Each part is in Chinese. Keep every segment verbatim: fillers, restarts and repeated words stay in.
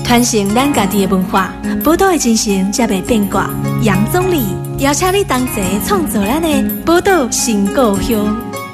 传承咱家己的文化，宝岛的精神才袂变卦。杨总理邀请你同齐创造咱的宝岛新故乡。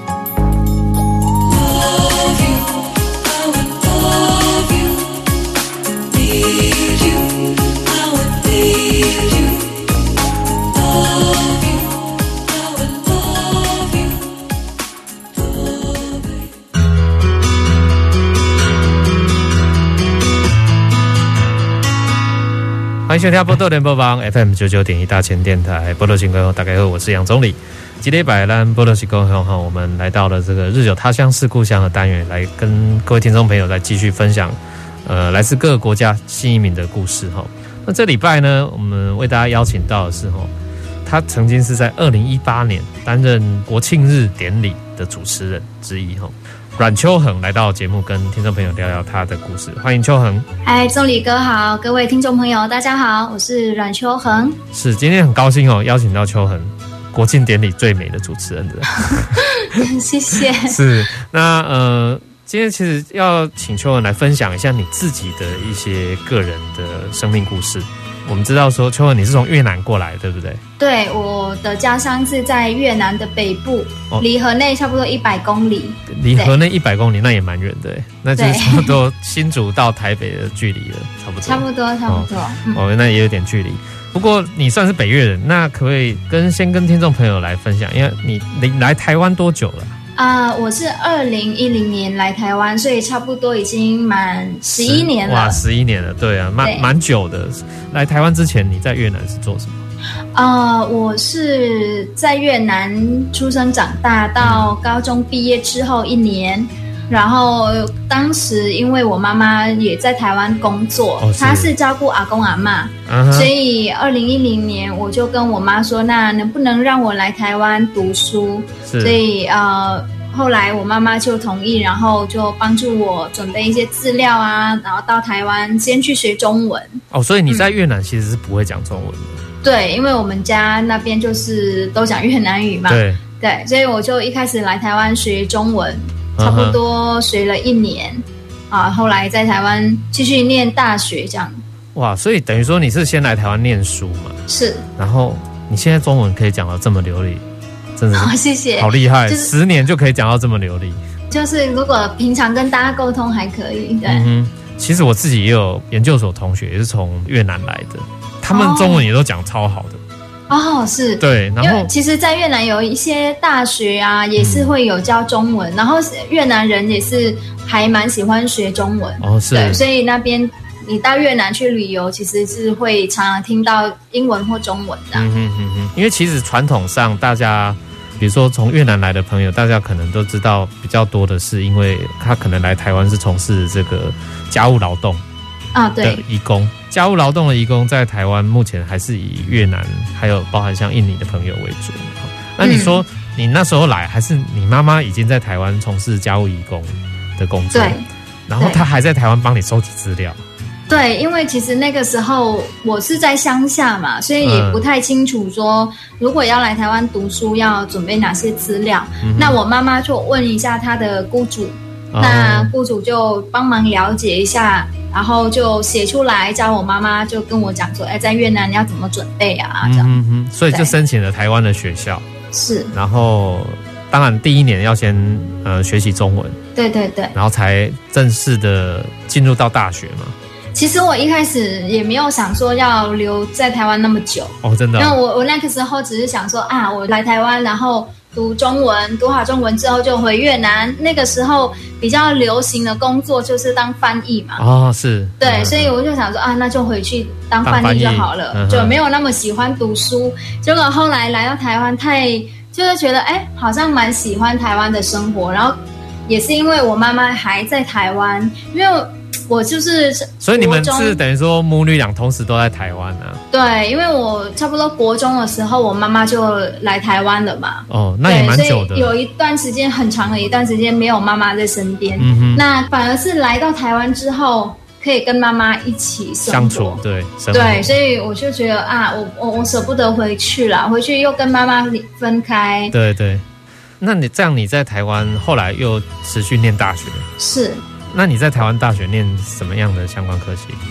欢迎收听波多联播网 F M 九九点一大千电台波多新故乡，大家好，我是杨总理。今天摆烂波多新故乡哈，我们来到了这个日久他乡是故乡的单元，来跟各位听众朋友来继续分享，呃，来自各个国家新移民的故事哈。那这礼拜呢，我们为大家邀请到的是哈，他曾经是在二零一八年担任国庆日典礼的主持人之一哈。阮秋恒来到节目，跟听众朋友聊聊他的故事。欢迎秋恒。 嗨，总理哥好，各位听众朋友大家好，我是阮秋恒。 是，今天很高兴哦，邀请到秋恒，国庆典礼最美的主持人的。 谢谢。 是，那呃，今天其实要请秋恒来分享一下你自己的一些个人的生命故事。我们知道说，秋恒你是从越南过来，对不对？ 对，我的家乡是在越南的北部，哦、离河内差不多一百公里。 离河内一百公里，那也蛮远的，那就是差不多新竹到台北的距离了，差不多。 差不多，差不多。哦， 嗯哦，那也有点距离。不过你算是北越人，那可不可以跟先跟听众朋友来分享？因为你你来台湾多久了？ 啊、呃，我是二零一零年来台湾，所以差不多已经满十一年了。 哇，十一年了，对啊，蛮蛮久的。来台湾之前，你在越南是做什么？ 呃，我是在越南出生长大，到高中毕业之后一年，然后当时因为我妈妈也在台湾工作，哦、她是照顾阿公阿嬷，uh-huh. 所以二零一零年我就跟我妈说，那能不能让我来台湾读书？所以呃。后来我妈妈就同意，然后就帮助我准备一些资料啊，然后到台湾先去学中文。 哦，所以你在越南其实是不会讲中文的。 嗯、对，因为我们家那边就是都讲越南语嘛。对对，所以我就一开始来台湾学中文，差不多学了一年、uh-huh. 啊，后来在台湾继续念大学这样。 哇，所以等于说你是先来台湾念书嘛？ 是。 然后你现在中文可以讲到这么流利。真的是， 好，谢谢， 好厉害！就是、十年就可以讲到这么流利。 就是如果平常跟大家沟通还可以，对。嗯哼，其实我自己也有研究所同学，也是从越南来的，他们中文也都讲超好的。 哦，是。 对，然后其实，在越南有一些大学啊，也是会有教中文，嗯、然后越南人也是还蛮喜欢学中文。 哦，是。 对，所以那边你到越南去旅游，其实是会常常听到英文或中文的。 嗯哼哼哼，因为其实传统上大家。比如说从越南来的朋友，大家可能都知道比较多的是，因为他可能来台湾是从事这个家务劳动啊，对的移工，家务劳动的移工在台湾目前还是以越南还有包含像印尼的朋友为主。那你说你那时候来，还是你妈妈已经在台湾从事家务移工的工作， 对， 然后她还在台湾帮你收集资料？ 对，因为其实那个时候我是在乡下嘛，所以也不太清楚说如果要来台湾读书要准备哪些资料。嗯、那我妈妈就问一下她的雇主，哦、那雇主就帮忙了解一下，然后就写出来，叫我妈妈就跟我讲说，哎，在越南你要怎么准备啊？这样，嗯哼，所以就申请了台湾的学校， 是， 然后当然第一年要先呃学习中文， 对对对， 然后才正式的进入到大学嘛。 其实我一开始也没有想说要留在台湾那么久哦，真的、哦。 因为我我那个时候只是想说啊，我来台湾，然后读中文，读好中文之后就回越南。那个时候比较流行的工作就是当翻译嘛。 哦，是。 对， 嗯、 所以我就想说啊，那就回去当翻译就好了，嗯、就没有那么喜欢读书。结果后来来到台湾，太就是觉得哎，好像蛮喜欢台湾的生活，然后也是因为我妈妈还在台湾，因为。我就是， 所以你们是等于说母女俩同时都在台湾啊？ 对，因为我差不多国中的时候，我妈妈就来台湾了嘛。 哦，那也蛮久的。 有一段时间很长的一段时间没有妈妈在身边，嗯哼，那反而是来到台湾之后，可以跟妈妈一起生活相处，对， 对，所以我就觉得啊，我我我舍不得回去了，回去又跟妈妈分开。 对对，那你这样你在台湾后来又持续念大学？ 是。 那你在台湾大学念什么样的相关科系？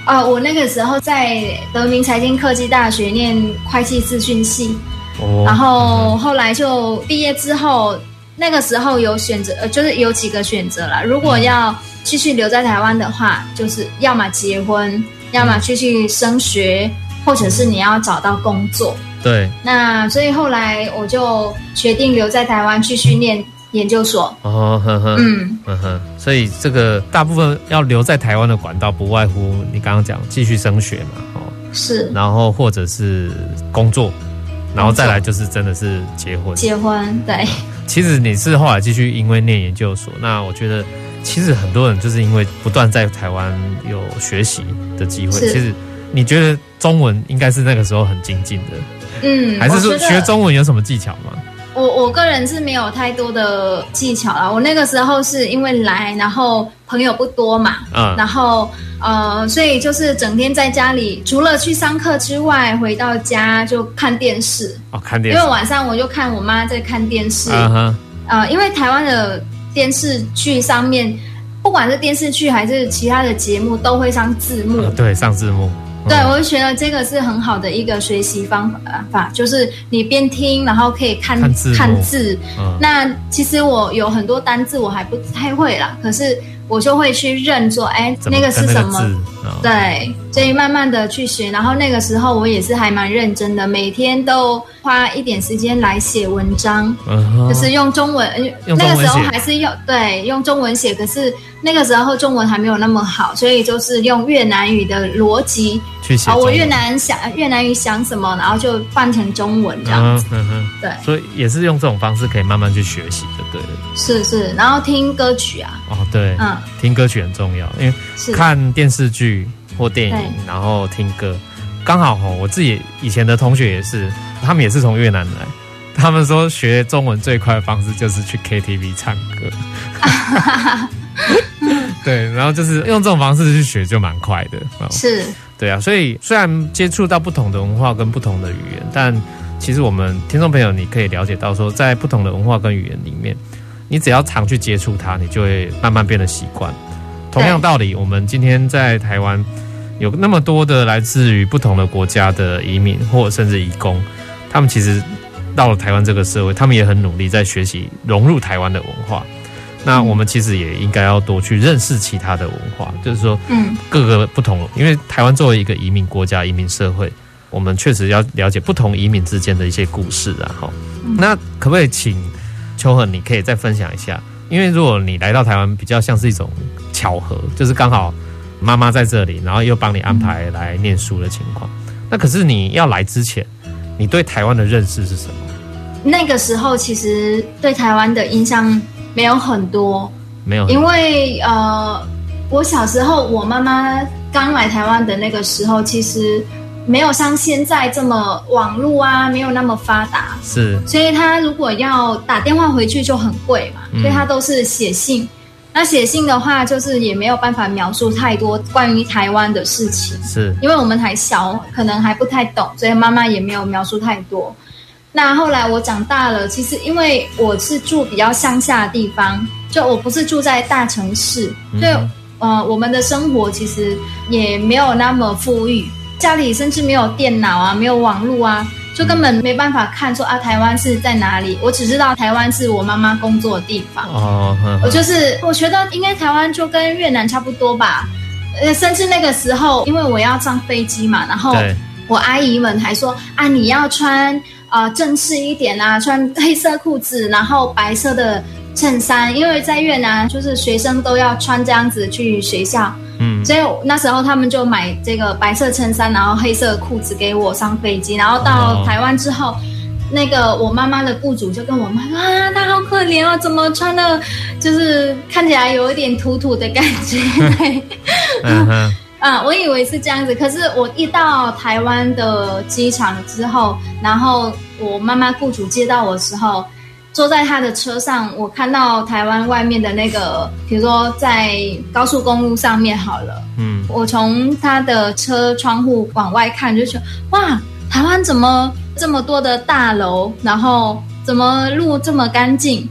啊、呃，我那个时候在德明财经科技大学念会计资讯系，哦，然后后来就毕业之后，那个时候有选择，呃，就是有几个选择啦。如果要继续留在台湾的话，就是要么结婚，要么继续升学，或者是你要找到工作。 对， 那所以后来我就决定留在台湾继续念研究所。 哦，呵呵，嗯，呵呵，所以这个大部分要留在台湾的管道，不外乎你刚刚讲继续升学嘛，哦， 是， 然后或者是工作，然后再来就是真的是结婚。 结婚，对。 其实你是后来继续因为念研究所，那我觉得其实很多人就是因为不断在台湾有学习的机会。其实你觉得中文应该是那个时候很精进的，嗯，还是说学中文有什么技巧吗？ 我我个人是没有太多的技巧啦。我那个时候是因为来，然后朋友不多嘛，嗯，然后呃，所以就是整天在家里，除了去上课之外，回到家就看电视。 哦，看电视。 因为晚上我就看我妈在看电视。嗯哼。呃，因为台湾的电视剧上面，不管是电视剧还是其他的节目，都会上字幕。 哦，对，上字幕。 对，我就觉得这个是很好的一个学习方法，就是你边听，然后可以看看字。 看字嗯、那其实我有很多单字我还不太会啦，可是我就会去认说，哎，那个是什么？哦、对，所以慢慢的去学。然后那个时候我也是还蛮认真的，每天都花一点时间来写文章，嗯、就是用中文。 用中文写。 那个时候还是用对用中文写，可是那个时候中文还没有那么好，所以就是用越南语的逻辑去写。 我越南想越南语想什么，然后就翻成中文这样子。嗯哼，对， 所以也是用这种方式可以慢慢去学习，就对了。 是是，然后听歌曲啊。 哦，对，嗯，听歌曲很重要，因为看电视剧或电影，然后听歌，刚好吼，我自己以前的同学也是，他们也是从越南来，他们说学中文最快的方式就是去 K T V 唱歌。对，然后就是用这种方式去学就蛮快的。 是， 对啊，所以虽然接触到不同的文化跟不同的语言，但其实我们听众朋友你可以了解到说，在不同的文化跟语言里面，你只要常去接触它，你就会慢慢变得习惯。同样道理，我们今天在台湾有那么多的来自于不同的国家的移民或者甚至移工，他们其实到了台湾这个社会，他们也很努力在学习融入台湾的文化。那我们其实也应该要多去认识其他的文化，就是说，嗯，各个不同，因为台湾作为一个移民国家、移民社会，我们确实要了解不同移民之间的一些故事啊。哈、嗯，那可不可以请秋恒，你可以再分享一下？因为如果你来到台湾，比较像是一种巧合，就是刚好妈妈在这里，然后又帮你安排来念书的情况。那可是你要来之前，你对台湾的认识是什么？ 那个时候其实对台湾的印象没有很多， 没有， 因为呃，我小时候我妈妈刚来台湾的那个时候，其实没有像现在这么网络啊，没有那么发达， 是， 所以她如果要打电话回去就很贵嘛，嗯、所以她都是写信。那写信的话，就是也没有办法描述太多关于台湾的事情， 是因为我们还小，可能还不太懂，所以妈妈也没有描述太多。那后来我长大了，其实因为我是住比较乡下的地方，就我不是住在大城市，所以呃，我们的生活其实也没有那么富裕，家里甚至没有电脑啊，没有网络啊，就根本没办法看说啊台湾是在哪里。我只知道台湾是我妈妈工作的地方。哦，呵呵我就是我觉得应该台湾就跟越南差不多吧。呃，甚至那个时候，因为我要上飞机嘛，然后我阿姨们还说啊，你要穿。呃，正式一点啊，穿黑色裤子，然后白色的衬衫，因为在越南就是学生都要穿这样子去学校，嗯，所以那时候他们就买这个白色衬衫，然后黑色裤子给我上飞机，然后到台湾之后，哦、那个我妈妈的雇主就跟我妈说啊，她好可怜哦，怎么穿的，就是看起来有一点土土的感觉，嗯哼。啊，我以为是这样子，可是我一到台湾的机场之后，然后我妈妈雇主接到我的时候，坐在他的车上，我看到台湾外面的那个，比如说在高速公路上面好了，嗯，我从他的车窗户往外看，就觉得哇，台湾怎么这么多的大楼，然后怎么路这么干净？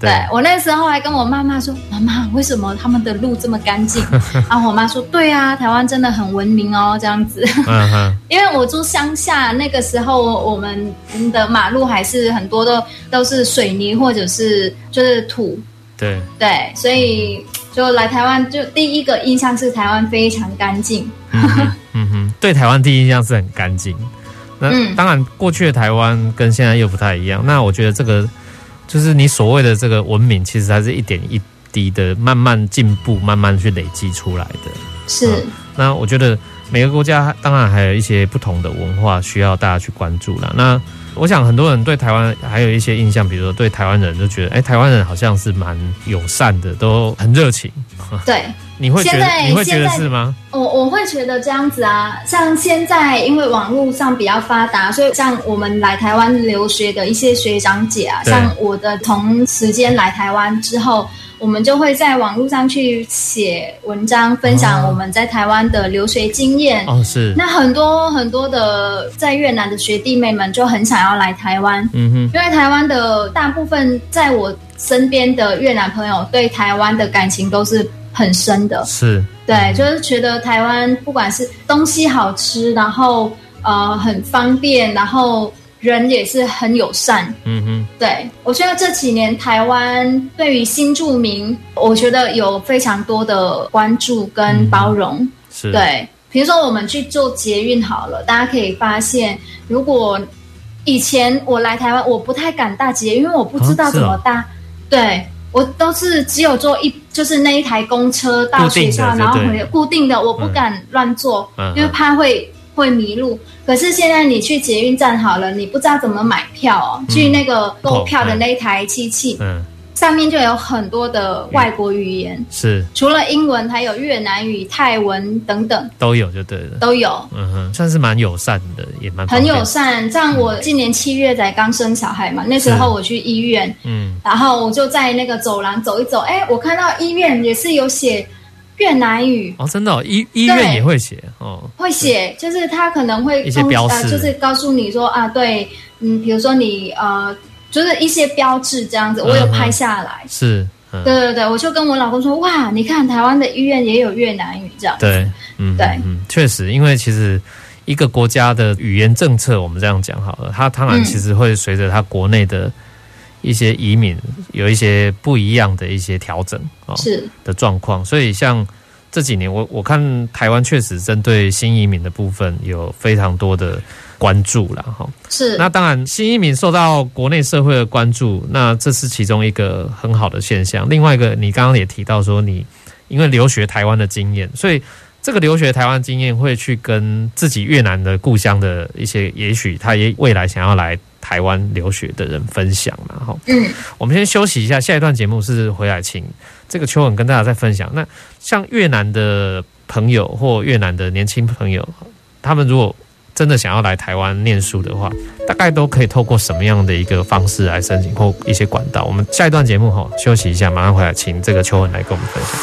对我那时候还跟我妈妈说：“妈妈，为什么他们的路这么干净？”然后我妈说：“对啊，台湾真的很文明哦，这样子。嗯”因为我住乡下，那个时候我们的马路还是很多的都是水泥或者是就是土。 对对，所以就来台湾，就第一个印象是台湾非常干净。 嗯哼，嗯哼，对台湾第一印象是很干净。那、嗯、当然，过去的台湾跟现在又不太一样。那我觉得这个。就是你所谓的这个文明，其实还是一点一滴的慢慢进步，慢慢去累积出来的。 是、嗯。 那我觉得每个国家当然还有一些不同的文化需要大家去关注啦。那我想很多人对台湾还有一些印象，比如说对台湾人就觉得，哎、欸，台湾人好像是蛮友善的，都很热情。 对。 你会觉得你会觉得是吗？ 我我会觉得这样子啊，像现在因为网络上比较发达，所以像我们来台湾留学的一些学长姐啊，像我的同时间来台湾之后，我们就会在网络上去写文章，分享我们在台湾的留学经验。 哦，是。 那很多很多的在越南的学弟妹们就很想要来台湾，嗯哼，因为台湾的大部分在我身边的越南朋友对台湾的感情都是很深的， 是对、嗯，就是觉得台湾不管是东西好吃，然后呃很方便，然后人也是很友善。嗯哼，对，我觉得这几年台湾对于新住民，我觉得有非常多的关注跟包容。嗯、是，对，比如说我们去做捷运好了，大家可以发现，如果以前我来台湾，我不太敢搭捷运，因为我不知道怎么搭，啊、对。我都是只有坐一，就是那一台公车到学校，然后回固定的，我不敢乱坐，嗯、因为怕会会迷路。可是现在你去捷运站好了，你不知道怎么买票哦，嗯、去那个购票的那一台机器，嗯，上面就有很多的外国语言，是除了英文，还有越南语、泰文等等， 都有就对了， 都有， 嗯哼，算是蛮友善的，也蛮很友善。像我今年七月才刚生小孩嘛，那时候我去医院，嗯，然后我就在那个走廊走一走，哎、欸，我看到医院也是有写越南语哦，真的、哦，医医院也会写哦， 会写，就是他可能会一些标示、呃， 就是告诉你说啊，对，嗯，比如说你呃。就是一些标志这样子，我有拍下来。嗯、是，嗯、对对对，我就跟我老公说，哇，你看台湾的医院也有越南语这样子。 对，嗯，对，嗯，确实，因为其实一个国家的语言政策，我们这样讲好了，它当然其实会随着它国内的一些移民有一些不一样的一些调整哦，是的状况，所以像这几年我我看台湾确实针对新移民的部分有非常多的关注啦齁，是。那当然新移民受到国内社会的关注，那这是其中一个很好的现象。另外一个你刚刚也提到说你因为留学台湾的经验，所以这个留学台湾经验会去跟自己越南的故乡的一些也许他也未来想要来台湾留学的人分享嘛齁。嗯，我们先休息一下，下一段节目是回来请这个秋文跟大家再分享。那像越南的朋友或越南的年轻朋友，他们如果真的想要来台湾念书的话，大概都可以透过什么样的一个方式来申请或一些管道？我们下一段节目齁休息一下，马上回来请这个秋文来跟我们分享。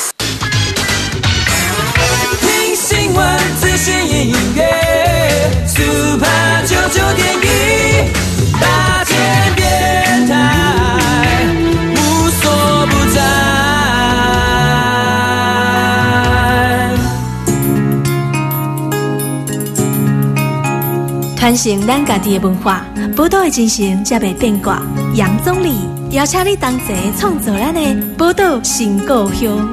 听新闻资讯音乐 Super 九九点一大千电台无所不在。 传承咱家己的文化，宝岛的精神才袂变卦。杨总理邀请你同齐创造咱的宝岛新故乡。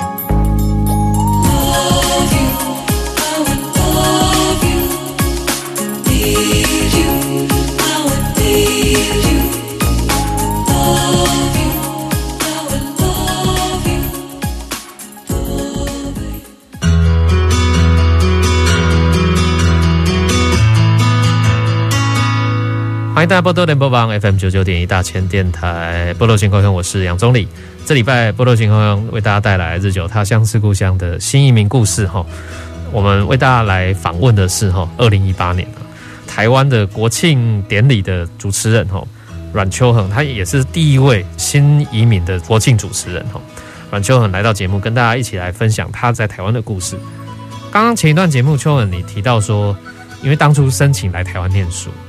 欢迎大家波多联播网 F M 九九点一大千电台波多情况乡，我是杨宗理。这礼拜波多情况乡为大家带来日久他乡是故乡的新移民故事哈。我们为大家来访问的是哈，二零一八年台湾的国庆典礼的主持人哈，阮秋恒，他也是第一位新移民的国庆主持人哈。阮秋恒来到节目，跟大家一起来分享他在台湾的故事。刚刚前一段节目，秋恒你提到说，因为当初申请来台湾念书。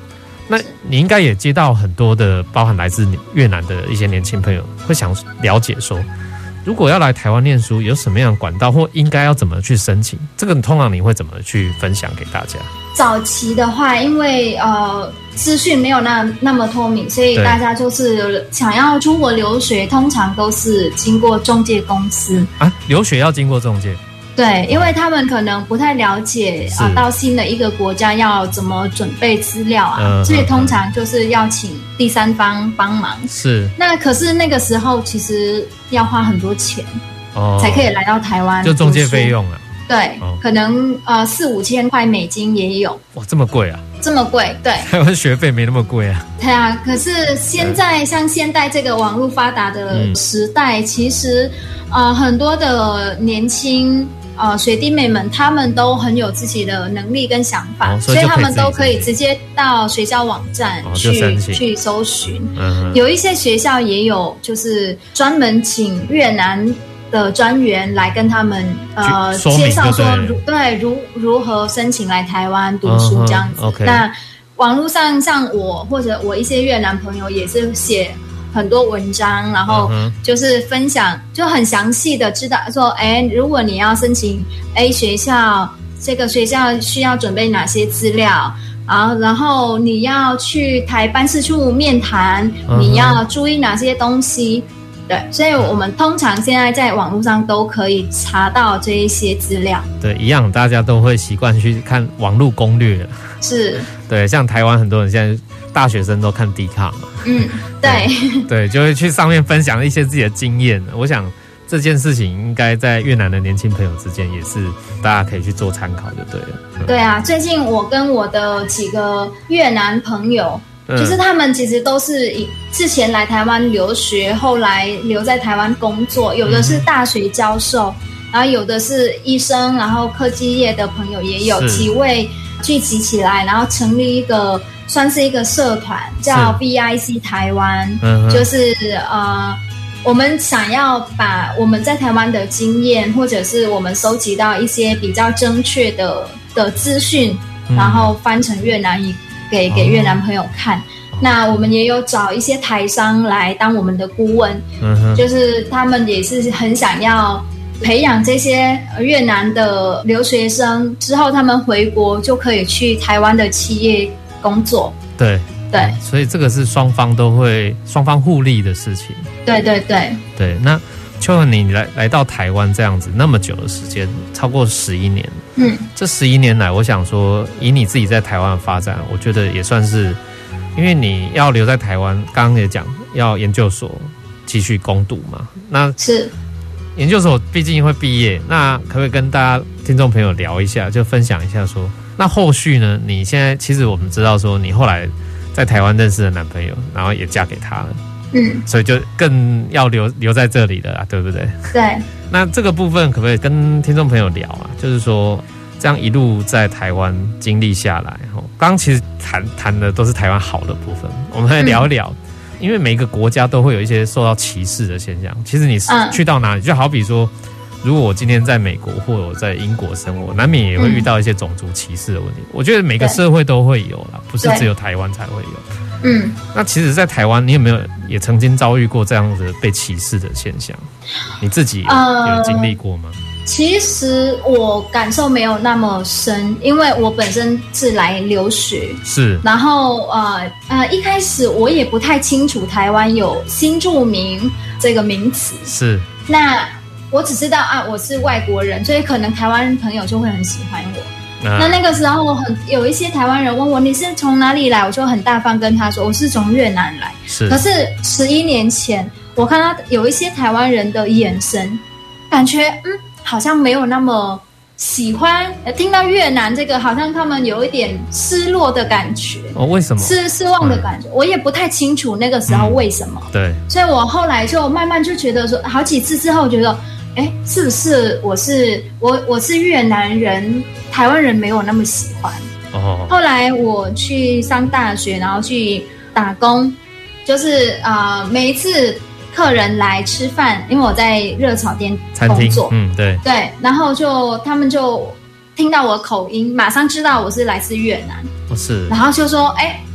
那你应该也接到很多的，包含来自越南的一些年轻朋友，会想了解说，如果要来台湾念书，有什么样的管道，或应该要怎么去申请？这个通常你会怎么去分享给大家？ 早期的话，因为呃资讯没有那那么透明，所以大家就是想要出国留学，通常都是经过中介公司啊。留学要经过中介？ 对，因为他们可能不太了解啊、呃，到新的一个国家要怎么准备资料啊，嗯、所以通常就是要请第三方帮忙。是。那可是那个时候其实要花很多钱，哦，才可以来到台湾， 就中介费用啊。 对，哦、可能呃四五千块美金也有。 哇，这么贵啊！ 这么贵，对。 台湾学费没那么贵啊。 对啊，可是现在像现在这个网络发达的时代，嗯、其实呃很多的年轻。呃，学弟妹们他们都很有自己的能力跟想法，哦、所, 以所以他们都可以直接到学校网站去、哦、去搜寻。嗯、有一些学校也有，就是专门请越南的专员来跟他们呃介绍说，如对如如何申请来台湾读书这样子。嗯 okay、那网络上像我或者我一些越南朋友也是写很多文章，然后就是分享，就很详细的知道说，哎，如果你要申请 A 学校，这个学校需要准备哪些资料，然后然后你要去台办事处面谈，你要注意哪些东西。对，所以我们通常现在在网络上都可以查到这一些资料。 对，一样，大家都会习惯去看网络攻略。 是。对， 像台湾很多人现在大学生都看 D 卡嘛。 嗯，对。 对，就会去上面分享一些自己的经验。我想这件事情应该在越南的年轻朋友之间也是大家可以去做参考就对了。嗯、 对啊，最近我跟我的几个越南朋友。就是他们其实都是以之前来台湾留学，后来留在台湾工作，有的是大学教授，然后有的是医生，然后科技业的朋友也有几位聚集起来，然后成立一个算是一个社团，叫 V I C 台湾，就是呃，我们想要把我们在台湾的经验，或者是我们收集到一些比较正确的的资讯，然后翻成越南语。给给越南朋友看，哦、那我们也有找一些台商来当我们的顾问，嗯、就是他们也是很想要培养这些越南的留学生，之后他们回国就可以去台湾的企业工作。 对对、嗯，所以这个是双方都会双方互利的事情。 对对对对，那秋恒，你来来到台湾这样子那么久的时间，超过十一年。嗯，这十一年来，我想说，以你自己在台湾的发展，我觉得也算是，因为你要留在台湾，刚刚也讲要研究所继续攻读嘛。那是研究所毕竟会毕业，那可不可以跟大家听众朋友聊一下，就分享一下说，那后续呢？你现在其实我们知道说，你后来在台湾认识的男朋友，然后也嫁给他了。嗯，所以就更要留留在这里了啦，对不对？ 对。 那这个部分可不可以跟听众朋友聊啊？就是说，这样一路在台湾经历下来，刚刚其实谈谈的都是台湾好的部分，我们来聊一聊。嗯、因为每一个国家都会有一些受到歧视的现象。其实你去到哪里，就好比说，如果我今天在美国或者我在英国生活，难免也会遇到一些种族歧视的问题。嗯、我觉得每个社会都会有啦，不是只有台湾才会有。嗯，那其实，在台湾，你有没有也曾经遭遇过这样的被歧视的现象？你自己 有,、呃、有经历过吗？ 其实我感受没有那么深，因为我本身是来留学， 是， 然后呃呃，一开始我也不太清楚台湾有新住民这个名词， 是， 那我只知道啊，我是外国人，所以可能台湾朋友就会很喜欢我。那那个时候很有一些台湾人问我你是从哪里来，我就很大方跟他说我是从越南来。是，可是十一年前我看到有一些台湾人的眼神，感觉嗯好像没有那么喜欢，听到越南这个好像他们有一点失落的感觉。 哦，为什么？ 失失望的感觉、嗯、我也不太清楚那个时候为什么、 嗯、对， 所以我后来就慢慢就觉得说，好几次之后觉得哎，是不是我是我我是越南人，台湾人没有那么喜欢。哦。后来我去上大学，然后去打工，就是呃每一次客人来吃饭，因为我在热炒店工作， 嗯对对，然后就他们就听到我口音，马上知道我是来自越南。 哦是。 然后就说，哎，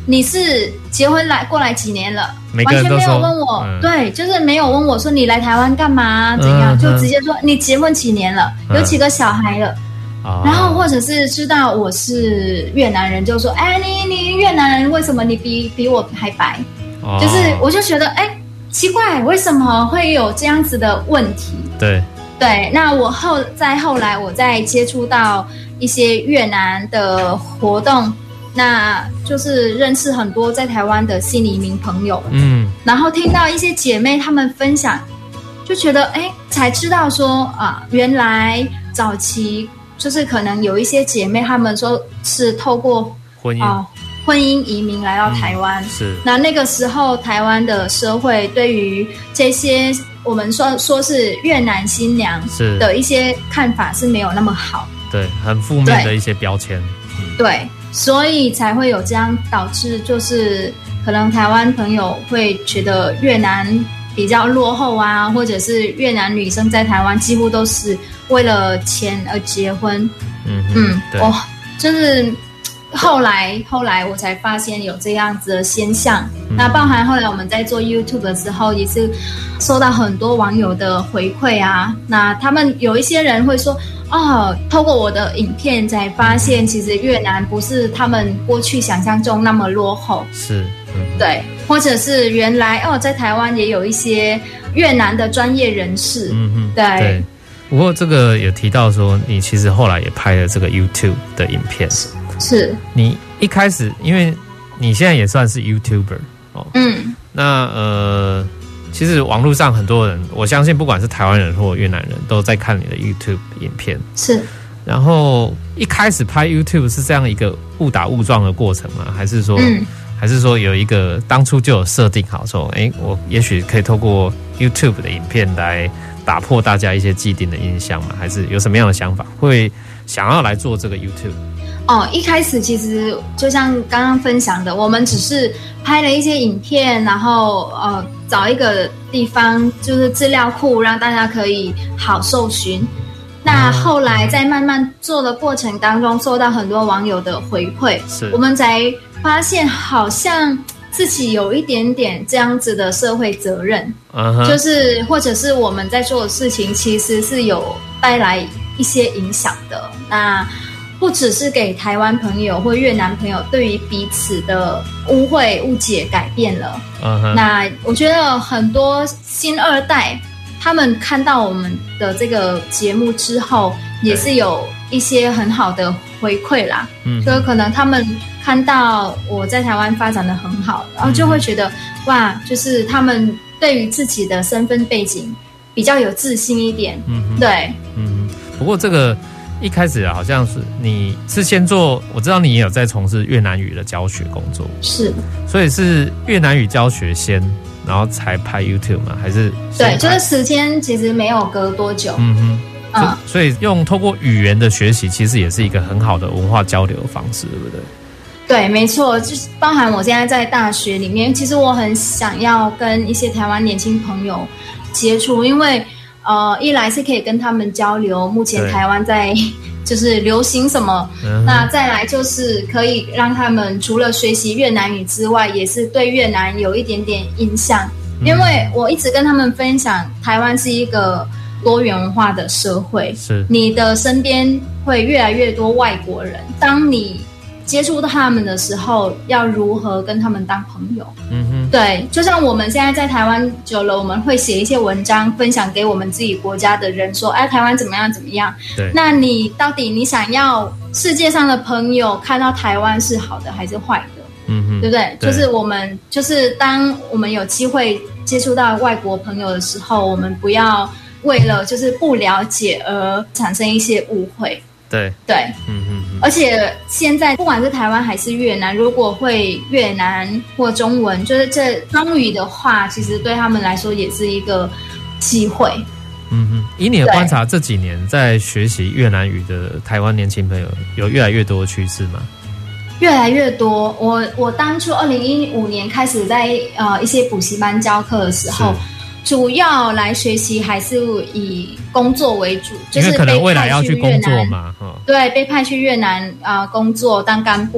你是结婚来过来几年了？ 每个人都说完全没有问我， 嗯、 对，就是没有问我说你来台湾干嘛、怎样， 嗯、 就直接说你结婚几年了，嗯、有几个小孩了。 哦、 然后或者是知道我是越南人，就说哎，你你越南人为什么你比比我还白？哦、就是我就觉得哎，奇怪，为什么会有这样子的问题？ 对对，那我后在后来我在接触到一些越南的活动，那就是认识很多在台湾的新移民朋友，嗯，然后听到一些姐妹她们分享，就觉得哎，才知道说啊，原来早期就是可能有一些姐妹她们说是透过婚姻、啊、 婚姻移民来到台湾、嗯、 是， 那那个时候台湾的社会对于这些我们说说是越南新娘的一些看法是没有那么好， 对，很负面的一些标签， 嗯、对，所以才会有这样导致，就是可能台湾朋友会觉得越南比较落后啊，或者是越南女生在台湾几乎都是为了钱而结婚。嗯嗯，对，我就是后来后来我才发现有这样子的现象。嗯、那包含后来我们在做 YouTube 的时候，也是收到很多网友的回馈啊。那他们有一些人会说，哦，透过我的影片才发现，其实越南不是他们过去想象中那么落后。 是，嗯、 对，或者是原来哦，在台湾也有一些越南的专业人士。嗯嗯，对。 对，不过这个有提到说，你其实后来也拍了这个 YouTube 的影片。 是，是你一开始，因为你现在也算是 YouTuber 哦。嗯。那呃。其实网络上很多人，我相信不管是台湾人或越南人都在看你的 YouTube 影片。 是。 然后一开始拍 YouTube 是这样一个误打误撞的过程吗？还是说，嗯、还是说有一个当初就有设定好说，哎，我也许可以透过 YouTube 的影片来打破大家一些既定的印象吗？还是有什么样的想法会想要来做这个 YouTube？ 哦，一开始其实就像刚刚分享的，我们只是拍了一些影片，然后呃找一个地方就是资料库，让大家可以好搜寻。那后来在慢慢做的过程当中，受到很多网友的回馈，我们才发现好像自己有一点点这样子的社会责任， uh-huh. 就是或者是我们在做的事情其实是有带来一些影响的。那不只是给台湾朋友或越南朋友对于彼此的误会误解改变了， uh-huh. 那我觉得很多新二代他们看到我们的这个节目之后也是有一些很好的回馈啦，嗯，所以可能他们看到我在台湾发展得很好，然后就会觉得、嗯、哇，就是他们对于自己的身份背景比较有自信一点，嗯，对， 嗯，不过这个一开始好像是你是先做，我知道你也有在从事越南语的教学工作， 是， 所以是越南语教学先，然后才拍 YouTube 吗？还是对，就是时间其实没有隔多久，嗯哼， 嗯，所以用透过语言的学习，其实也是一个很好的文化交流的方式，对不对？ 对，没错，就是包含我现在在大学里面，其实我很想要跟一些台湾年轻朋友接触，因为呃，一来是可以跟他们交流目前台湾在就是流行什么，那再来就是可以让他们除了学习越南语之外，也是对越南有一点点印象，因为我一直跟他们分享，台湾是一个多元文化的社会，是你的身边会越来越多外国人，当你接触到他们的时候，要如何跟他们当朋友？嗯哼，对，就像我们现在在台湾久了，我们会写一些文章分享给我们自己国家的人，说，哎，台湾怎么样怎么样？对，那你到底你想要世界上的朋友看到台湾是好的还是坏的？嗯哼，对不对？对，就是我们，就是当我们有机会接触到外国朋友的时候，我们不要为了就是不了解而产生一些误会。 对对，嗯嗯嗯，而且现在不管是台湾还是越南，如果会越南或中文，就是这双语的话，其实对他们来说也是一个机会。 嗯哼，以你的观察，这几年在学习越南语的台湾年轻朋友有越来越多的趋势吗？ 越来越多。我我当初二零一五年开始在呃一些补习班教课的时候，主要来学习还是以工作为主，就是因为可能未来要去工作嘛， 对，被派去越南啊、呃、工作当干部。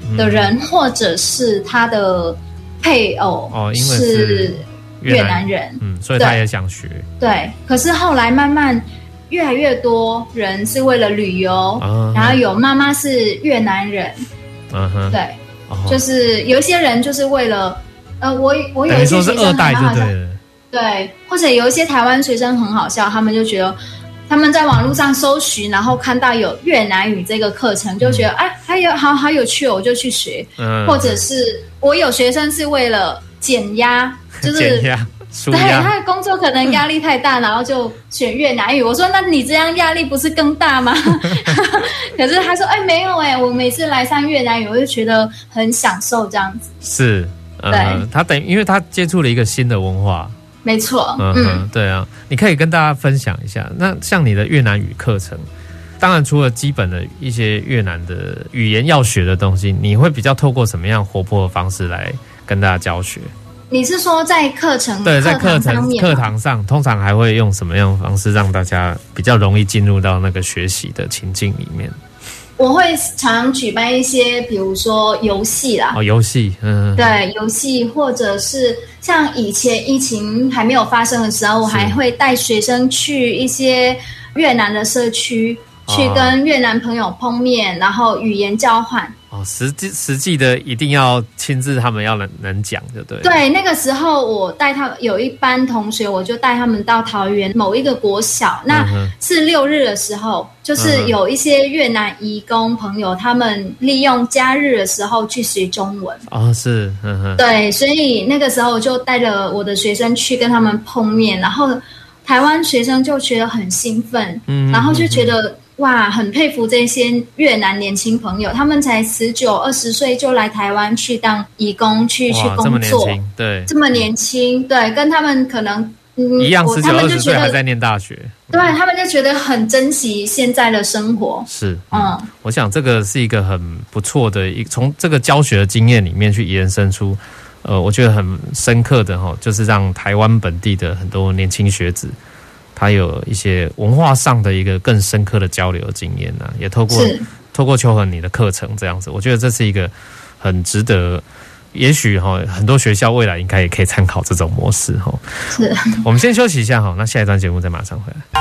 的人，嗯、或者是他的配偶哦，因为是越南人， 嗯，所以他也想学。 对，可是后来慢慢越来越多人是为了旅游，哦、然后有妈妈是越南人，嗯哼，对，哦、就是有一些人就是为了，呃，我我有一些学生很好笑，对，或者有一些台湾学生很好笑，他们就觉得他们在网络上搜寻，然后看到有越南语这个课程，就觉得哎、嗯，还有好好有趣哦，我就去学，嗯，或者是我有学生是为了减压，就是减压。 对，他的工作可能压力太大，然后就选越南语。我说：“那你这样压力不是更大吗？”可是他说：“哎，没有哎，我每次来上越南语，我就觉得很享受这样子。” 是，嗯、对，他等，因为他接触了一个新的文化。 没错， 嗯嗯，对啊，你可以跟大家分享一下。那像你的越南语课程，当然除了基本的一些越南的语言要学的东西，你会比较透过什么样活泼的方式来跟大家教学？ 你是说在课程对，在课程课堂上，通常还会用什么样的方式让大家比较容易进入到那个学习的情境里面？ 我会常举办一些，比如说游戏啦， 哦，游戏，嗯， 对，游戏，或者是像以前疫情还没有发生的时候，我还会带学生去一些越南的社区，去跟越南朋友碰面，然后语言交换。 哦，实际实际的一定要亲自，他们要能能讲，就对。 对，那个时候我带他们有一班同学，我就带他们到桃园某一个国小，那是六日的时候，就是有一些越南移工朋友，他们利用假日的时候去学中文。 哦，是，嗯哼。 对，所以那个时候我就带着我的学生去跟他们碰面，然后台湾学生就觉得很兴奋，嗯，然后就觉得。哇，很佩服这些越南年轻朋友，他们才十九、二十岁就来台湾去当移工，去去工作， 这么年轻，对， 这么年轻，对，跟他们可能、 嗯、一样，十九、二十岁还在念大学， 对、嗯、他们就觉得很珍惜现在的生活。 是，嗯，我想这个是一个很不错的一，从这个教学的经验里面去延伸出，呃，我觉得很深刻的哈，就是让台湾本地的很多年轻学子。他有一些文化上的一个更深刻的交流经验啊，也透过透过秋恒你的课程这样子，我觉得这是一个很值得，也许哈很多学校未来应该也可以参考这种模式哈。 是， 我们先休息一下哈，那下一段节目再马上回来。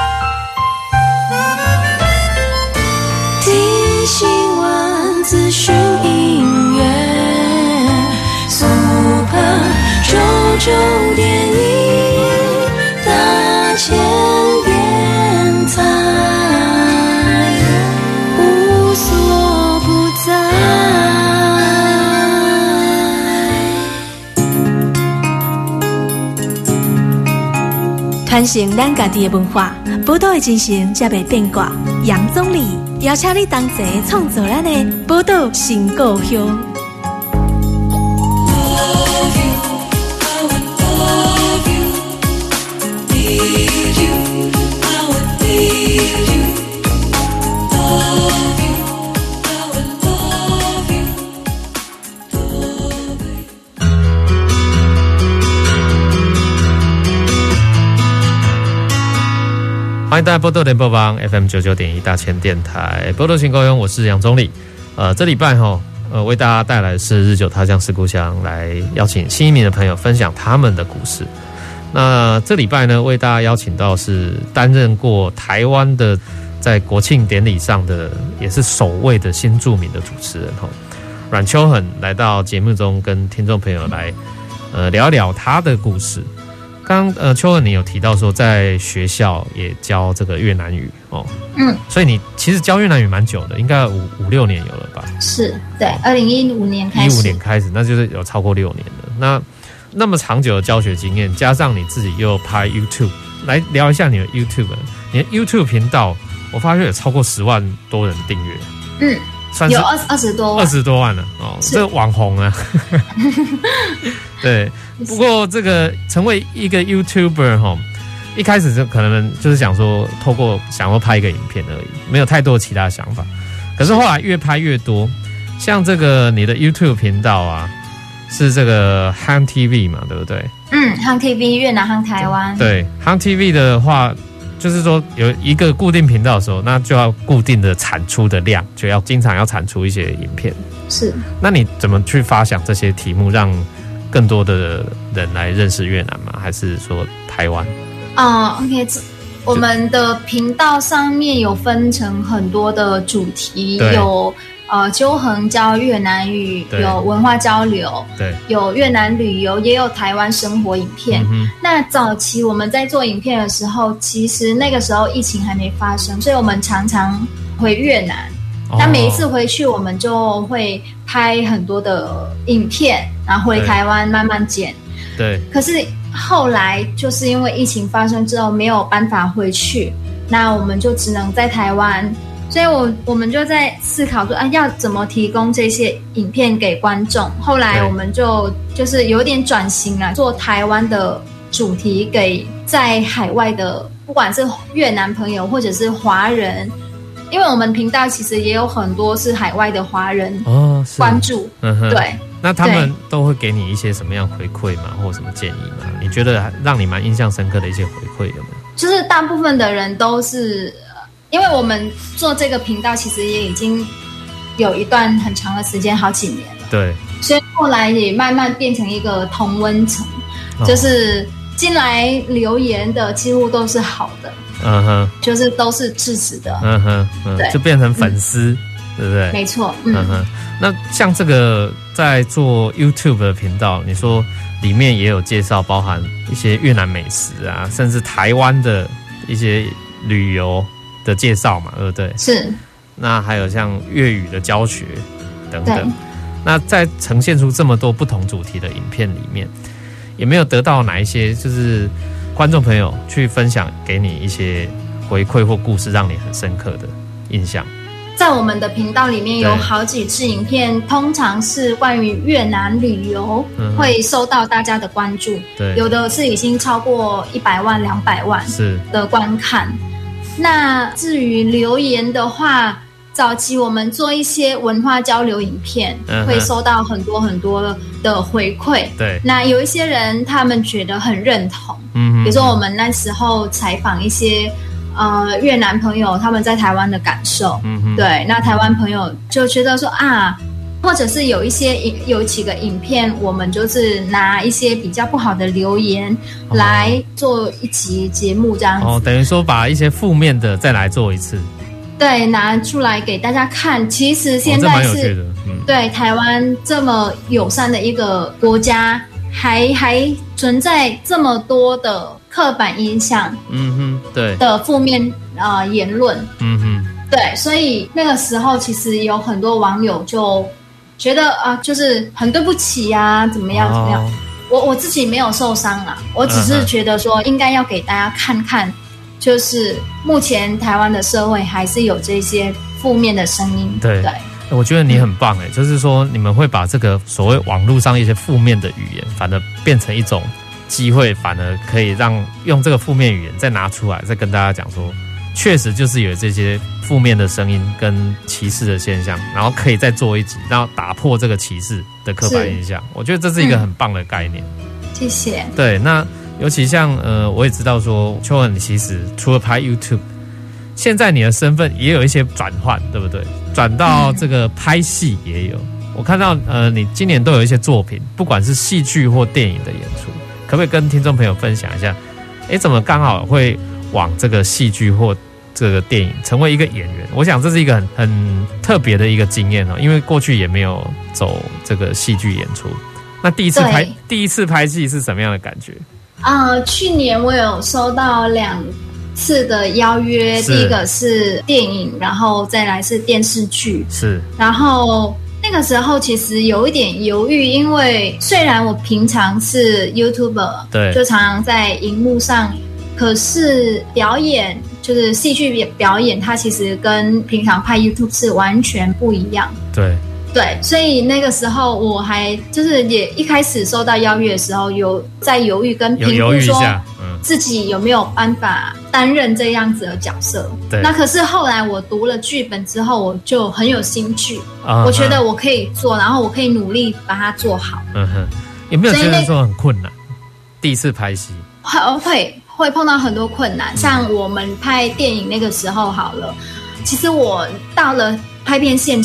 听新闻、资讯、音乐 ，Super 九九点一。千电台无所不在。 传承咱家己的文化，宝岛的精神才袂变卦。杨总理邀请你同齐创造咱的宝岛新故乡。 欢迎大家波多联播网 F M 九九点一大千电台波多新高雄，我是杨宗理。呃，这礼拜哈，呃，为大家带来的是日久他乡是故乡，来邀请新移民的朋友分享他们的故事。那这礼拜呢，为大家邀请到是担任过台湾的在国庆典礼上的，也是首位的新住民的主持人哈，阮秋恒来到节目中跟听众朋友来呃聊聊他的故事。刚呃，秋恒你有提到说，在学校也教这个越南语哦，嗯，所以你其实教越南语蛮久的，应该五五六年有了吧？ 是，对，二零一五年开始， 一五年开始，那就是有超过六年了。那那么长久的教学经验，加上你自己又拍 YouTube， 来聊一下你的 YouTube， 你的 YouTube 频道，我发现有超过十万多人订阅， 嗯，算是有二二十多万， 二十多万了哦，这个网红啊，对。不过这个成为一个 YouTuber 哈，一开始就可能就是想说，透过想要拍一个影片而已，没有太多其他想法。可是后来越拍越多，像这个你的 YouTube 频道啊，是这个 Hang T V 嘛，对不对？ 嗯 ，Hang T V 越南 Hang 台湾。 对 ，Hang T V 的话，就是说有一个固定频道的时候，那就要固定的产出的量，就要经常要产出一些影片。 是。 那你怎么去发想这些题目，让更多的人来认识越南吗？还是说台湾？ 啊、uh, ，OK， 我们的频道上面有分成很多的主题，有呃纠恒教越南语，有文化交流，对，有越南旅游，也有台湾生活影片。嗯、那早期我们在做影片的时候，其实那个时候疫情还没发生，所以我们常常回越南。哦、那每一次回去，我们就会拍很多的影片，然后回台湾慢慢剪。对，可是后来就是因为疫情发生之后没有办法回去，那我们就只能在台湾，所以我我们就在思考说，啊，要怎么提供这些影片给观众。后来我们就就是有点转型了，做台湾的主题给在海外的，不管是越南朋友或者是华人，因为我们频道其实也有很多是海外的华人关注，哦嗯、哼对。 那他们都会给你一些什么样回馈吗，或什么建议吗？你觉得让你蛮印象深刻的一些回馈有没有？ 就是大部分的人都是，因为我们做这个频道其实也已经有一段很长的时间，好几年了。对，所以后来也慢慢变成一个同温层，哦、就是进来留言的几乎都是好的，嗯哼，就是都是支持的， 嗯哼，嗯对，就变成粉丝。嗯对不对？ 没错，嗯嗯哼。 那像这个在做 YouTube 的频道，你说里面也有介绍，包含一些越南美食啊，甚至台湾的一些旅游的介绍嘛，对不对？是。那还有像粤语的教学等等。那在呈现出这么多不同主题的影片里面，有没有得到哪一些就是观众朋友去分享给你一些回馈或故事，让你很深刻的印象？ 在我们的频道里面有好几支影片，通常是关于越南旅游，嗯、会受到大家的关注。对，有的是已经超过一百万、两百万的观看。那至于留言的话，早期我们做一些文化交流影片，嗯、会收到很多很多的回馈。对，那有一些人他们觉得很认同，嗯，比如说我们那时候采访一些。呃，越南朋友他们在台湾的感受，嗯哼，对，那台湾朋友就觉得说啊，或者是有一些有几个影片，我们就是拿一些比较不好的留言来做一集节目这样子，哦， 等于说把一些负面的再来做一次， 对，拿出来给大家看。其实现在是，哦，这蛮有趣的，嗯，对，台湾这么友善的一个国家，还还存在这么多的刻板印象，嗯哼，对的负面呃言论，嗯哼，对，所以那个时候其实有很多网友就觉得啊、呃，就是很对不起啊，怎么样怎么样。哦、我我自己没有受伤啦，我只是觉得说应该要给大家看看，就是目前台湾的社会还是有这些负面的声音，对对。 我觉得你很棒哎，嗯、就是说你们会把这个所谓网络上一些负面的语言，反而变成一种机会，反而可以让用这个负面语言再拿出来，再跟大家讲说，确实就是有这些负面的声音跟歧视的现象，然后可以再做一集，然后打破这个歧视的刻板印象。我觉得这是一个很棒的概念。 嗯、谢谢。 对，那尤其像呃，我也知道说，秋恒你其实除了拍 YouTube， 现在你的身份也有一些转换，对不对？转到这个拍戏也有。嗯、我看到呃，你今年都有一些作品，不管是戏剧或电影的演出。可不可以跟听众朋友分享一下？哎，怎么刚好会往这个戏剧或这个电影成为一个演员？我想这是一个很很特别的一个经验哦，因为过去也没有走这个戏剧演出。那第一次拍第一次拍戏是什么样的感觉？ 啊、呃，去年我有收到两次的邀约，第一个是电影，然后再来是电视剧，是，然后。那个时候其实有一点犹豫，因为虽然我平常是 YouTuber， 对，就常常在荧幕上，可是表演就是戏剧表演，它其实跟平常拍 YouTube 是完全不一样。对对，所以那个时候我还就是也一开始收到邀约的时候，有在犹豫跟评估说自己有没有办法担任这样子的角色。对，那可是后来我读了剧本之后，我就很有兴趣， uh-huh. 我觉得我可以做，然后我可以努力把它做好。嗯哼， 有没有觉得说很困难？第一次拍戏会会碰到很多困难，像我们拍电影那个时候好了，其实我到了拍片现场，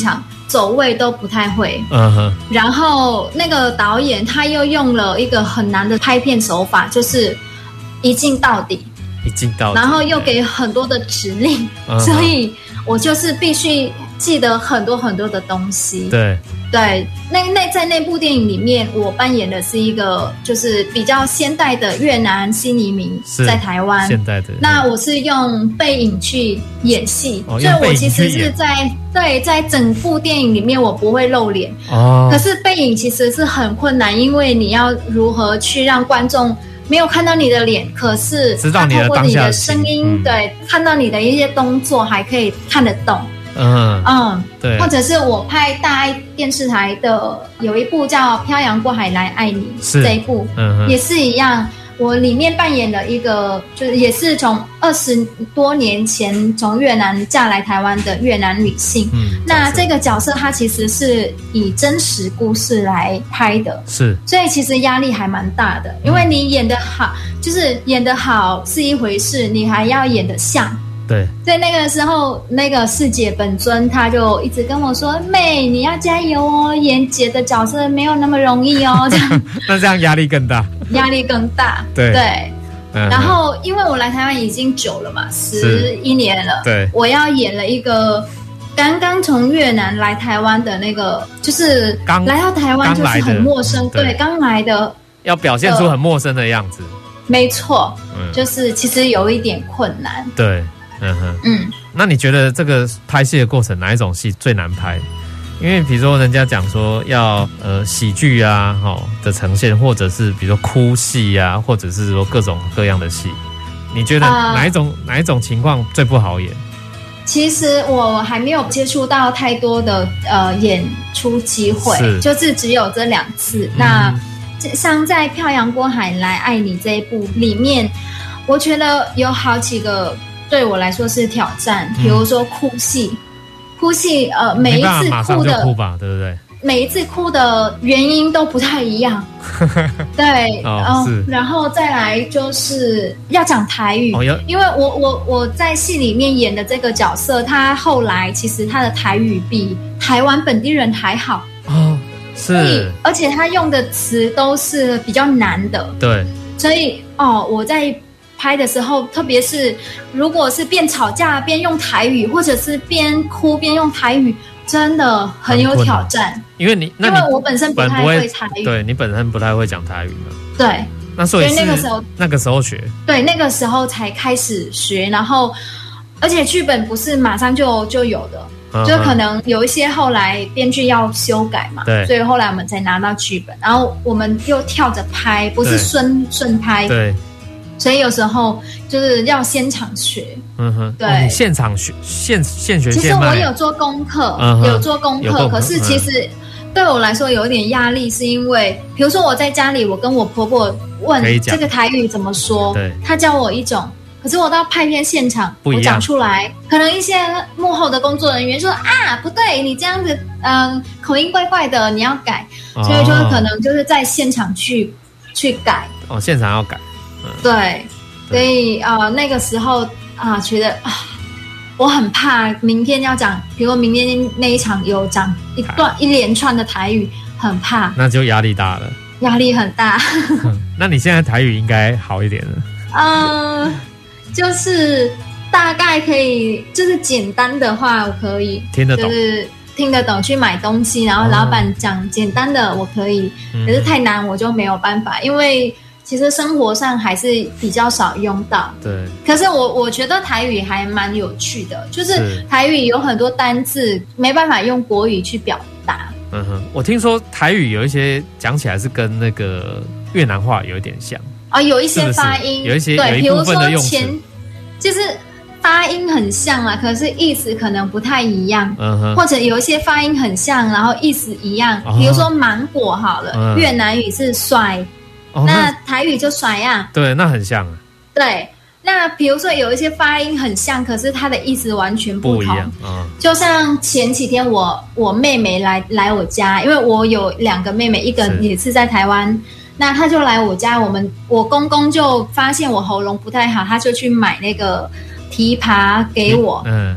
走位都不太会。 嗯哼， 然后那个导演他又用了一个很难的拍片手法，就是一镜到底， 一镜到底， 然后又给很多的指令， 嗯、 所以我就是必须记得很多很多的东西。 对对，那那在那部电影里面，我扮演的是一个就是比较现代的越南新移民，在台湾。 现代的， 那我是用背影去演戏， 哦、 所以我其实是在对在整部电影里面我不会露脸。 哦， 可是背影其实是很困难，因为你要如何去让观众没有看到你的脸，可是他透过你的声音，嗯、对，看到你的一些动作，还可以看得懂。 嗯嗯， 对， 或者是我拍大爱电视台的有一部叫《漂洋过海来爱你》这一部， 嗯， 也是一样。我里面扮演的一个，就是也是从二十多年前从越南嫁来台湾的越南女性。嗯，那这个角色她其实是以真实故事来拍的， 是， 所以其实压力还蛮大的，因为你演得好，就是演得好是一回事，你还要演得像。 对， 所以那个时候，那个师姐本尊他就一直跟我说：“妹，你要加油哦，演姐的角色没有那么容易哦。”这样， 那这样压力更大， 压力更大。 对对、 嗯， 然后因为我来台湾已经久了嘛，十一年了， 对， 我要演了一个刚刚从越南来台湾的那个，就是刚来到台湾就是很陌生，对，刚来的， 要表现出很陌生的样子。 没错、嗯，就是其实有一点困难。 对。嗯哼， 嗯， 那你觉得这个拍戏的过程哪一种戏最难拍？因为比如说人家讲说要呃喜剧啊，齁的呈现，或者是比如说哭戏啊，或者是说各种各样的戏，你觉得哪一种、呃、哪一种情况最不好演？ 其实我还没有接触到太多的呃演出机会，是就是只有这两次。嗯、那像在《漂洋过海来爱你》这一部里面，我觉得有好几个。对我来说是挑战，比如说哭戏，嗯、哭戏呃每一次哭的哭吧，对不对？ 每一次哭的原因都不太一样，对， 哦，是， 然后再来就是要讲台语， 哦、 因为我我我在戏里面演的这个角色，他后来其实他的台语比台湾本地人还好哦，是， 而且他用的词都是比较难的， 对， 所以哦我在。拍的时候，特别是如果是边吵架边用台语，或者是边哭边用台语，真的很有挑战。 因为你，那你因为我本身不太会台语， 对你本身不太会讲台语嘛？ 对， 那所以是那个时候那个时候学， 对，那个时候才开始学，然后而且剧本不是马上就就有的。嗯、就可能有一些后来编剧要修改嘛， 对， 所以后来我们才拿到剧本，然后我们又跳着拍，不是顺顺拍， 对。 所以有时候就是要现场学， 嗯哼， 对， 哦、现场学现现学现卖。 其实我有做功课，嗯、有做功课，可是其实对我来说有一点压力，是因为比如说我在家里，我跟我婆婆问这个台语怎么说， 对， 她教我一种，可是我到拍片现场，我讲出来，可能一些幕后的工作人员说啊，不对，你这样子，嗯、呃，口音怪怪的，你要改，哦、所以就可能就是在现场去去改， 哦，现场要改。 嗯、对，所以呃那个时候啊、呃，觉得啊，我很怕明天要讲，比如明天那一场有讲一段一连串的台语，很怕， 那就压力大了， 压力很大。 嗯、那你现在台语应该好一点了？ 嗯、呃，就是大概可以，就是简单的话我可以听得懂， 就是听得懂，去买东西，然后老板讲简单的我可以，哦、可是太难我就没有办法，因为。其实生活上还是比较少用到， 对。 可是我我觉得台语还蛮有趣的，就是台语有很多单字没办法用国语去表达。 嗯哼，我听说台语有一些讲起来是跟那个越南话有一点像啊、哦，有一些发音， 是是有一些对， 有一部分的用词， 比如说前就是发音很像啦，可是意思可能不太一样。嗯哼，或者有一些发音很像，然后意思一样。哦、比如说芒果好了，嗯、越南语是甩。哦、那, 那台语就甩呀、啊， 对，那很像啊。 对，那比如说有一些发音很像，可是它的意思完全不同。 不一样啊、哦。 就像前几天我我妹妹来来我家，因为我有两个妹妹，一个也是在台湾，那她就来我家，我们我公公就发现我喉咙不太好，他就去买那个枇杷给我。嗯。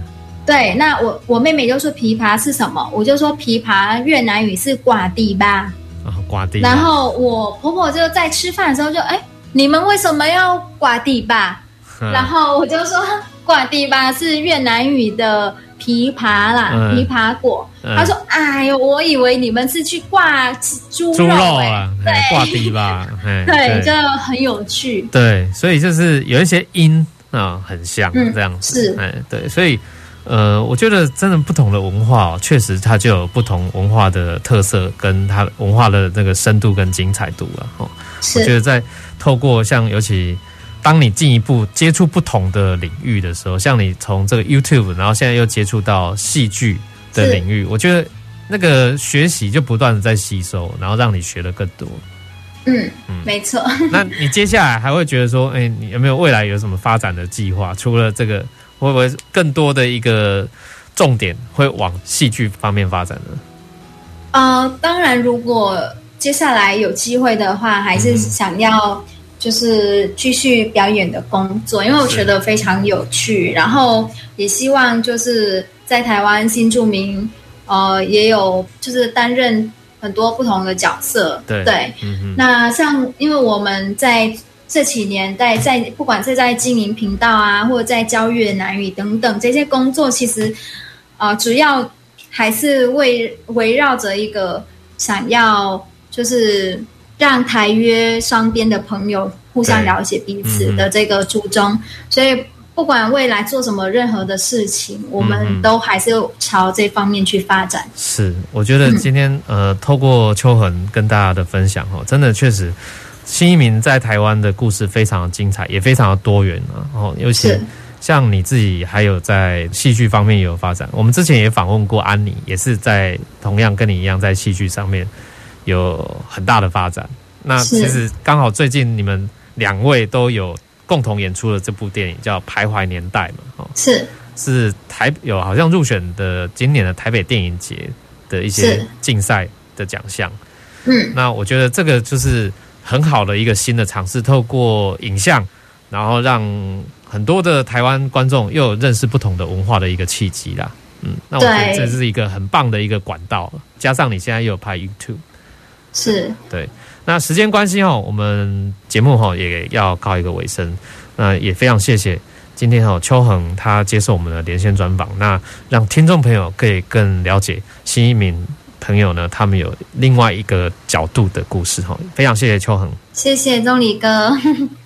对，那我我妹妹就说琵琶是什么，我就说琵琶越南语是寡地吧。 啊，寡地。 然后我婆婆就在吃饭的时候就哎，你们为什么要寡地吧？嗯、然后我就说寡地吧是越南语的枇杷啦，嗯、枇杷果。嗯、他说：“哎呦，我以为你们是去挂猪肉、欸，猪肉啊，对，挂地吧， 对，就很有趣。 对，所以就是有一些音啊、呃、很像、嗯、这样子， 是， 哎，对，所以呃，我觉得真的不同的文化、哦，确实它就有不同文化的特色，跟它文化的那个深度跟精彩度了。哦，我觉得在透过像尤其。当你进一步接触不同的领域的时候，像你从这个 YouTube， 然后现在又接触到戏剧的领域，我觉得那个学习就不断的在吸收，然后让你学的更多。 嗯嗯，没错。 那你接下来还会觉得说，哎、欸，你有没有未来有什么发展的计划？除了这个，会不会更多的一个重点会往戏剧方面发展呢？ 呃，当然，如果接下来有机会的话，还是想要。就是继续表演的工作，因为我觉得非常有趣，然后也希望就是在台湾新住民，呃，也有就是担任很多不同的角色。 对， 对嗯、那像因为我们在这几年在在不管是在经营频道啊，或者在教越南语等等这些工作，其实呃主要还是围围绕着一个想要就是。让台约双边的朋友互相了解彼此的这个初衷，嗯、所以不管未来做什么任何的事情，我们都还是朝这方面去发展。 是，我觉得今天、嗯、呃，透过秋恒跟大家的分享哦，真的确实新移民在台湾的故事非常的精彩，也非常的多元啊。哦，尤其像你自己还有在戏剧方面也有发展，我们之前也访问过安妮，也是在同样跟你一样在戏剧上面。有很大的发展。那其实刚好最近你们两位都有共同演出的这部电影叫《徘徊年代》嘛， 是是台有好像入选的今年的台北电影节的一些竞赛的奖项。 嗯， 那我觉得这个就是很好的一个新的尝试，透过影像，然后让很多的台湾观众又有认识不同的文化的一个契机啦。嗯，那我觉得这是一个很棒的一个管道，加上你现在又有拍 YouTube。 是， 对。那时间关系哦，我们节目哈也要告一个尾声。那也非常谢谢今天哈秋恒他接受我们的连线专访，那让听众朋友可以更了解新移民朋友呢，他们有另外一个角度的故事哈。非常谢谢秋恒， 谢谢钟礼哥。